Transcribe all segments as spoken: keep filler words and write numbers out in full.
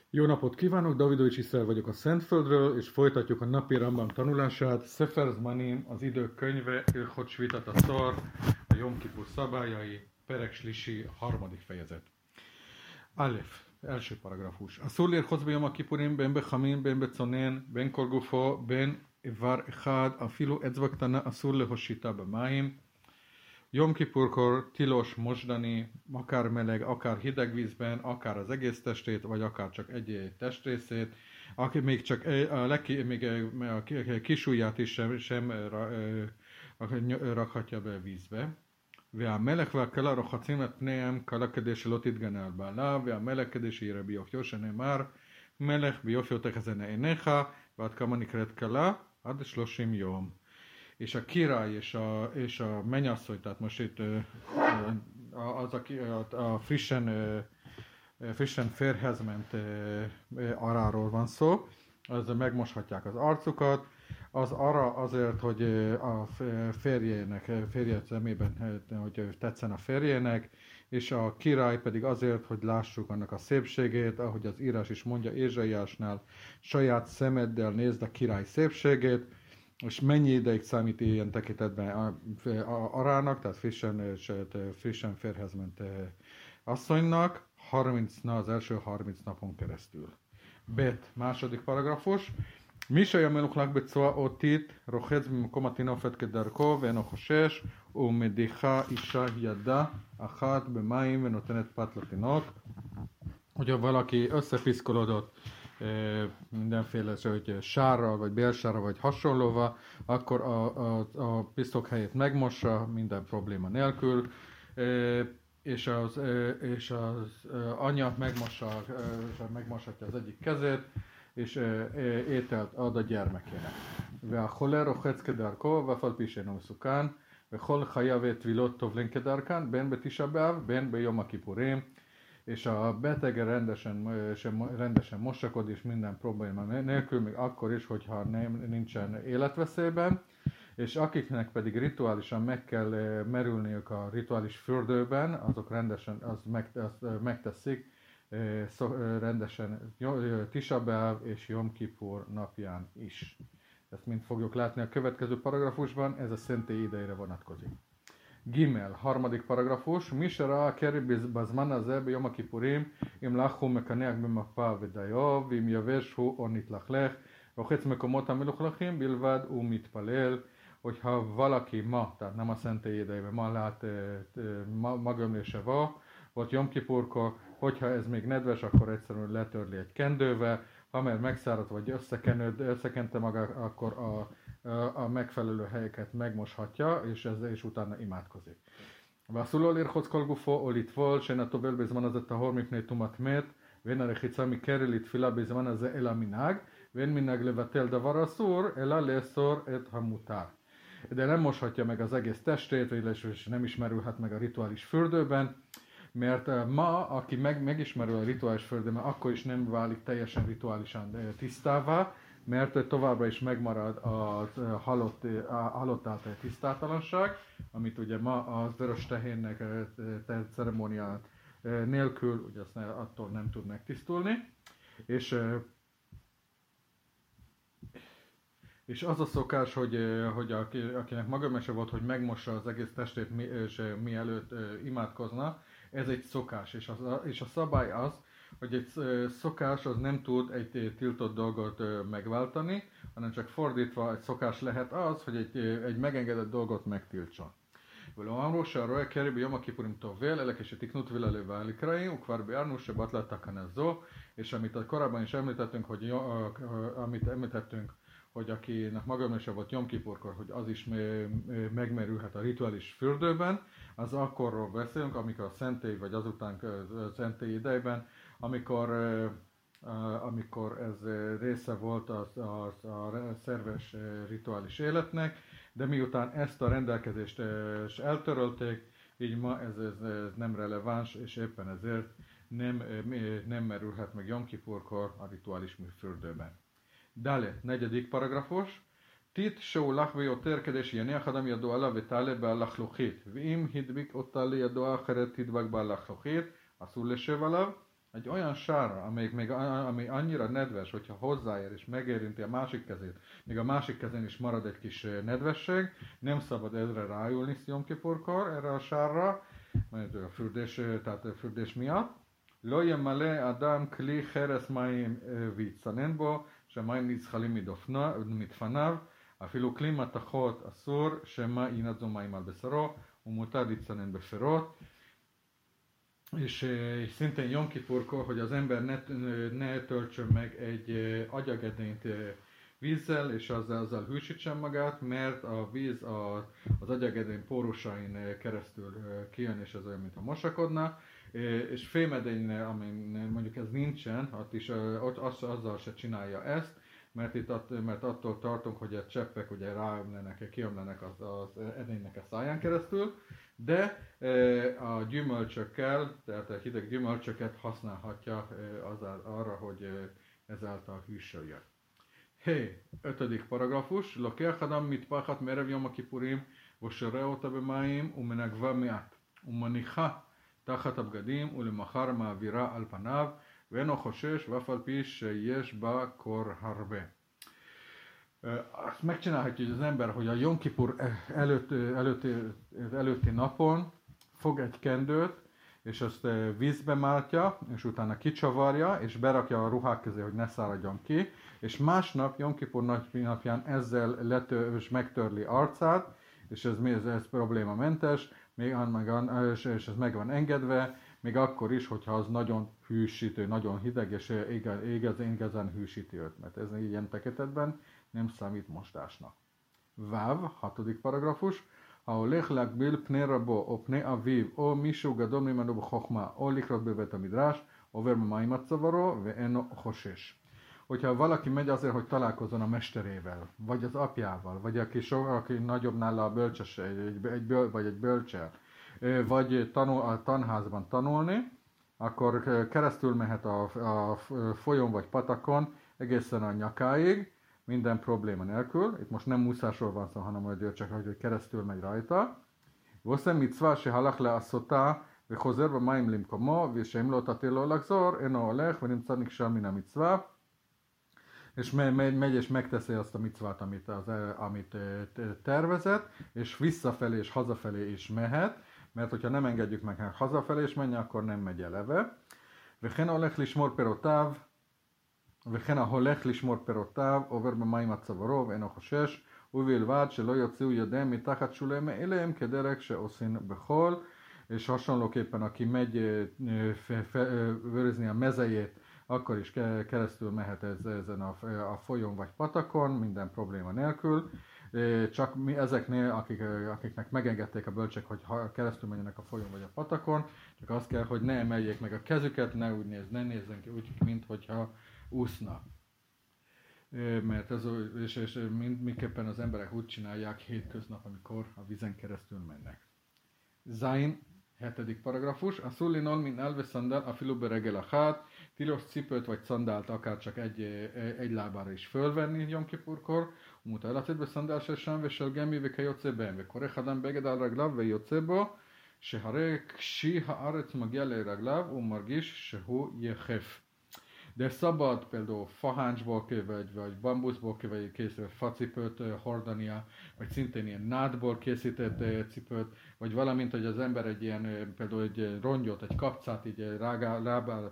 Jó napot kívánok, Davidovics Iszrael vagyok a Szentföldről, és folytatjuk a napi Rambam tanulását. Sefer Zmanim, az idők könyve, Ilchot Shvitat Aszor, a Jom Kipur szabályai, Perek Shlisi, harmadik fejezet. Alef, első paragrafus. Asszur lirchotz bejom a Kipurim, ben bechamin, ben beconén, ben kol gufo, ben ivar echad, afilu ecva ktana asszur lehossita bemáim. Jom Kipurkor tilos mosdani, akár meleg, akár hideg vízben, akár az egész testét, vagy akár csak egy testrészét, aki még csak a, leki, még a kisujját is sem, sem rakhatja be vízbe. והמלך והכלה רוחצים את פניהם כלה כדי שלא תתגנה על בעלה, והמלך כדי שיראה ביופיו, שנאמר מלך ביופיו תחזינה עיניך, ועד כמה נקראת כלה? עד שלושים יום. És a király és a, és a mennyasszony, tehát most itt az, aki a, a frissen, frissen férhez ment aráról van szó, az megmoshatják az arcukat, az ara azért, hogy a férjének, férje szemében, hogy tetszen a férjének, és a király pedig azért, hogy lássuk annak a szépségét, ahogy az írás is mondja Ézsaiásnál, saját szemeddel nézd a király szépségét, és mennyi ideig számít ilyen tekintetben arának, tehát frissen, frissen férhez ment asszonynak, harminc, na, az első harminc napon keresztül. Bet, második paragrafus. מי שהיה מלוכלך בצורה אותית, רוחץ במקום התינופת כדרכו ואינו חושש, ומדיחה אישה ידה אחת במים ונותנת פת לתינוק. Hogyha valaki összepiszkolódott mindenféle hogy sárral, vagy bélsárral, vagy hasonlóval, akkor a, a, a pisztok helyét megmossa minden probléma nélkül, és az, és az anya megmossa, megmoshatja az egyik kezét, és ételt ad a gyermekének. והחולה רוחץ כדרכו, ואף על פי שאינו מסוכן, וכל חייו וטבילות טובלין כדרכן, בין בתשעה באב, בין ביום הכיפורים, és a betege rendesen, rendesen mosakodik, és minden probléma nélkül, még akkor is, hogyha nem, nincsen életveszélyben, és akiknek pedig rituálisan meg kell merülniük a rituális fürdőben, azok rendesen azt meg, azt megteszik rendesen Tisha B'Av és Jom Kipur napján is. Ezt mind fogjuk látni a következő paragrafusban, ez a szentély idejére vonatkozik. Gimel, harmadik paragrafus. Mi se rá keri bazman הזה ביום הכיפורים, אם לך הוא מקנח במפה ודיו, ואם יבש הוא או נתלכלך, רוחץ מקומות המלוכלכים בלבד ומתפלל, hogyha valaki ma, tehát nem a szentély idejében, ma lát ma, magömlése van, vagy Jom Kipurkor, hogyha ez még nedves, akkor egyszerűen letörli egy kendővel, ha már megszáradt vagy összekenőd, összekente maga, akkor a, a, a megfelelő helyeket megmoshatja, és, ez, és utána imádkozik. ואסור לו לרחוץ כל גופו או לטבול, שאין הטובל בזמן הזה טהור מפני טומאת מת, ואין הרחיצה מקרי לתפילה בזמן הזה אלא מנהג, ואין מנהג לבטל דבר אסור, אלא לאסור את המותר. De nem moshatja meg az egész testét, és nem ismerülhet meg a rituális fürdőben, mert ma, aki meg, megismerül a rituális fürdőben, akkor is nem válik teljesen rituálisan tisztává, mert továbbra is megmarad a halott, a halott által tisztátalanság, amit ugye ma a vörös tehénnek ceremónia nélkül, ugye azt attól nem tud megtisztulni, és És az a szokás, hogy, hogy akinek magömese volt, hogy megmossa az egész testét és mielőtt imádkozna, ez egy szokás. És, az, és a szabály az, hogy egy szokás az nem tud egy tiltott dolgot megváltani, hanem csak fordítva egy szokás lehet az, hogy egy, egy megengedett dolgot megtiltson. ולאמרו שהרואה קרי ביום הכיפורים טובל, אלא כשתקנו טבילה לבעל קרעים, וכבר ביארנו שבטלה תקנה זו, és amit a korábban is említettünk, hogy amit említettünk, hogy akinek magömlése volt Jom Kipurkor, hogy az is megmerülhet a rituális fürdőben, az akkorról beszélünk, amikor a szentély, vagy azután a szentély idejében, amikor, amikor ez része volt az, az a szerves rituális életnek, de miután ezt a rendelkezést eltörölték, így ma ez, ez, ez nem releváns, és éppen ezért nem, nem merülhet meg Jom Kipurkor a rituális fürdőben. ד' negyedik paragrafus. טיט שהולך ויותר כדי שיניח אדם ידו עליו ותעלה בהלכלוכית, ואם הדביק אותה לידו האחרת תדבק בהלכלוכית, אסור לשב עליו, egy olyan sárra, amelyik még, ami annyira nedves, hogyha hozzáér és megérinti a másik kezét, még a másik kezén is marad egy kis nedvesség, nem szabad ezre ráülni Jom Kipurkor, erre a sárra, mert a fürdés, tehát a fürdés miatt. לא ימלא אדם כלי חרס מים ויצנן בו, שהמים נזחלים מדפניו, אפילו כלי מתכות אסור, שמא ינזו מים על בשרו, ומותר לצנן בפירות. És, és szintén Jom Kipurkor, hogy az ember ne, ne töltsön meg egy agyagedényt vízzel, és azzal, azzal hűsítsen magát, mert a víz a, az agyagedény pórusain keresztül kijön, és ez olyan, mintha mosakodna. És fémedény, amin mondjuk ez nincsen, ott is ott az, azzal se csinálja ezt, mert, itt att, mert attól tartunk, hogy a cseppek ugye ráömlenek, kiömlenek az, az edénynek a száján keresztül, de a gyümölcsökkel, tehát a hideg gyümölcsöket használhatja az, arra, hogy ezáltal hűsöljön. Hé, ötödik paragrafus. לוקח אדם מטפחת מערב יום הכיפורים ושורה אותה במים ומנגבה מעט ומניחה תחת הבגדים ולמחר מעבירה על פניו ואינו חושש ואף על פי שיש בה קור הרבה. Azt megcsinálhatja az ember, hogy a Jom Kipur előtt, előtti, előtti napon fog egy kendőt, és azt vízbe mártja, és utána kicsavarja, és berakja a ruhák közé, hogy ne száradjon ki, és másnap, Jom Kipur napján ezzel letör, és megtörli arcát, és ez, ez, ez problémamentes, még, és, és ez meg van engedve, még akkor is, hogyha az nagyon hűsítő, nagyon hideg, és igazán, igazán hűsíti őt, mert ez ilyen tekintetben nem számít mostásnak. Váv, hatodik paragrafus. ההולך להגביל פני רבו או פני אביו או מישהו גדול ממנו בחוכמה או לקרות בבית המדרש עובר במים עד צווארו ואינו חושש. Hogyha valaki megy azért, hogy találkozzon a mesterével, vagy az apjával, vagy aki, so, aki nagyobb nála a bölcses, egy, egy, böl, vagy egy bölcsel, vagy tanul, a tanházban tanulni, akkor keresztül mehet a, a folyón vagy patakon egészen a nyakáig, minden probléma nélkül. Itt most nem muszásról van szó, hanem hogy csak hogy keresztül megy rajta. ועושה מצווה שהלך לעשותה וחוזר במים למקומו, ושאם לא תתיר לו לחזור, אינו הולך ונמצא נקשר מן המצווה. És megy és megteszi azt a micvát, amit, az, amit tervezett, és visszafelé és hazafelé is mehet, mert hogyha nem engedjük meg, hogy hazafelé is menjen, akkor nem megy eleve. וכן הולך לשמור פירותיו, וכן ההולך לשמור פירותיו, עובר במים עד צווארו ואינו חושש, ובלבד שלא יוציאו ידיהם מתחת שולי מעיליהם כדרך שעושים בחול, és hasonlóképpen aki megy őrizni a mezejét, akkor is keresztül mehet ez, ezen a, a folyón vagy patakon, minden probléma nélkül. Csak mi ezeknél, akik, akiknek megengedték a bölcsek, hogy keresztül menjenek a folyón vagy a patakon, csak az kell, hogy ne emeljék meg a kezüket, ne úgy néz, ne nézzen ki úgy, minthogyha úszna. Mert ez, és, és mindképpen az emberek úgy csinálják hétköznap, amikor a vízen keresztül mennek. Zain, hetedik paragrafus. A szullinol min elve szandál a filu beregel a hát, tilos cipőt vagy szandált akár csak egy, egy lábára is fölvenni Jom Kipurkor, ומותר לצאת בסנדל של שם ושל גמי וכיוצא בהם, וכורך אדם בגד על רגליו ויוצא בו, שהרי כשי הארץ מגיע לרגליו הוא מרגיש שהוא יחף. De szabad például faháncsból vagy, vagy bambuszból vagy készített facipőt hordania, vagy szintén ilyen nádból készített cipőt, vagy valamint, hogy az ember egy ilyen, például egy rongyot, egy kapcát így lábára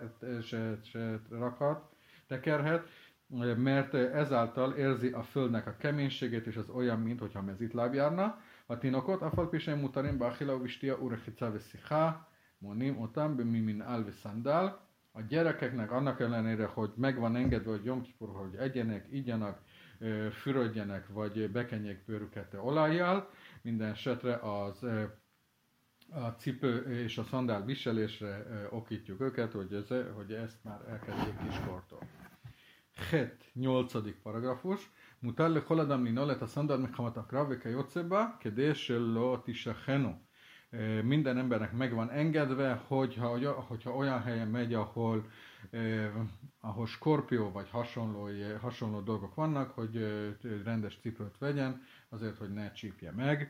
rakhat, tekerhet, mert ezáltal érzi a földnek a keménységét, és az olyan, mintha mezitláb járna. A tinokot, afal pisem mutarim báhila uvishtia urechica veszicha, monim otam bemimin alve szandál. A gyerekeknek annak ellenére, hogy meg van engedve, hogy Jom Kipur, hogy egyenek, igyanak, fürödjenek, vagy bekenjék bőrüket olajjal, minden esetre az a cipő és a szandál viselésre okítjuk őket, hogy, ez, hogy ezt már elkezdjék kiskortól. Het, nyolcadik paragrafus. מותר לכל אדם לנעול את הסנדל מחמת הקרב וכיוצא בה, כדי שלא תשכנו. Minden embernek meg van engedve, hogyha, hogyha olyan helyen megy, ahol, eh, ahol skorpió vagy hasonló, hasonló dolgok vannak, hogy eh, rendes cipőt vegyen, azért, hogy ne csípje meg.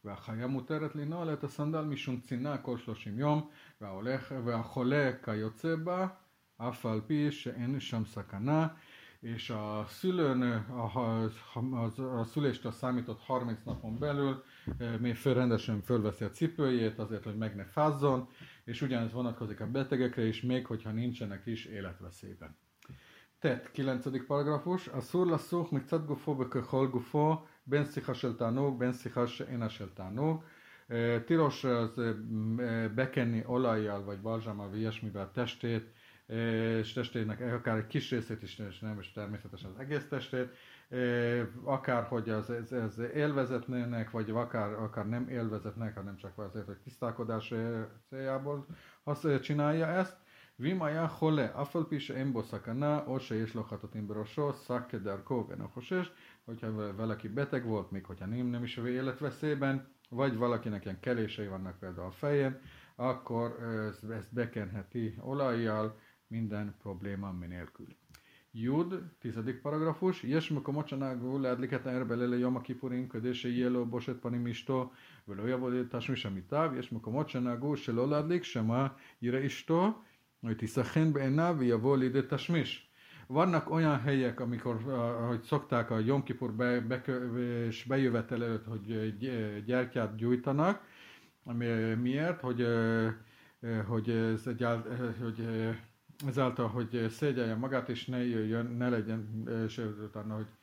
והחיה מותרת לנעול את הסנדל משום צינה כל שלושים יום, וההולך, והחולה כיוצא בה, אף על פי שאין שם סכנה. És a szülőn, a szüléstől számított harminc napon belül még föl rendesen fölveszi a cipőjét azért, hogy meg ne fázzon, és ugyanez vonatkozik a betegekre is, még hogyha nincsenek is életveszélyben. Tehát, kilencedik paragrafus, אסור לסוך מצד גופו בככל גופו, בין שיחה של תענוג, בין שיחה שאינה של תענוג. Tilos az bekenni olajjal vagy balzsámmal vagy ilyesmivel a testét, és testének akár egy kis részét is, és nem is természetesen az egész testét, akár hogy az, ez, ez élvezetnek, vagy akár, akár nem élvezetnek, hanem csak azért, hogy tisztálkodás céljából csinálja ezt. ואם היה חולה, אף על פי שאין בו סכנה, או שיש לו חטוטים בראשו, szak כדרכו ואינו חושש, hogyha valaki beteg volt, még hogyha nem, nem is életveszélyben, vagy valakinek ilyen kelései vannak például a fején, akkor ezt bekenheti olajjal, minden probléma nélkül. Jud, tizedik paragrafus, יש מקומות שנהגו להדליק את הנר בליל יום הכיפורים כדי שיהיה לו בושת פנים אשתו ולא יבוא תשמיש המיטה, ויש מקומות שנהגו שלא להדליק שמא יראה אשתו ותיסחן בעיניו ויבוא לידי תשמיש. Vannak olyan helyek, amikor, ahogy szokták a Jom Kipur be, be, bejövetel előtt, hogy gyertyát gyújtanak. Miért? Hogy, hogy, ez egyált, hogy ezáltal, hogy szégyelje magát, és ne jöjjön, ne legyen, és utána, hogy,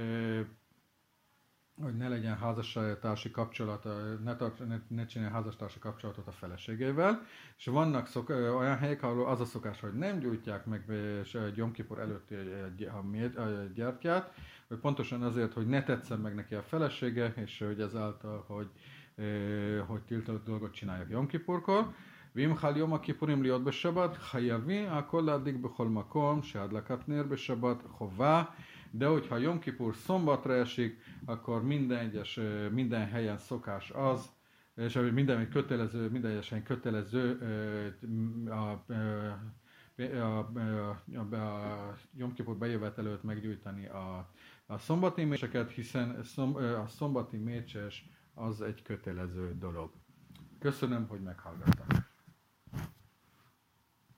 hogy ne legyen házastársi kapcsolata, ne, tart, ne, ne csinálja házastársi kapcsolatot a feleségével. És vannak szok, olyan helyek, ahol az a szokás, hogy nem gyújtják meg Jom Kipur előtti a gyertyát, hogy pontosan azért, hogy ne tetszen meg neki a felesége, és hogy ezáltal, hogy, hogy tiltott dolgot csinálják Jom Kipurkor. ואם חל יום הכיפורים להיות בשבת, חייבים הכל להדליק בכל מקום, שהדלקת נר בשבת חובה, de hogyha Jom Kipur szombatra esik, akkor minden egyes, minden helyen szokás az, és minden kötelező, minden egyes helyen kötelező a, a, a, a, a Jom Kipur bejövet előtt meggyújtani a, a szombati mécseket, hiszen a szombati mécses az egy kötelező dolog. Köszönöm, hogy meghallgattak.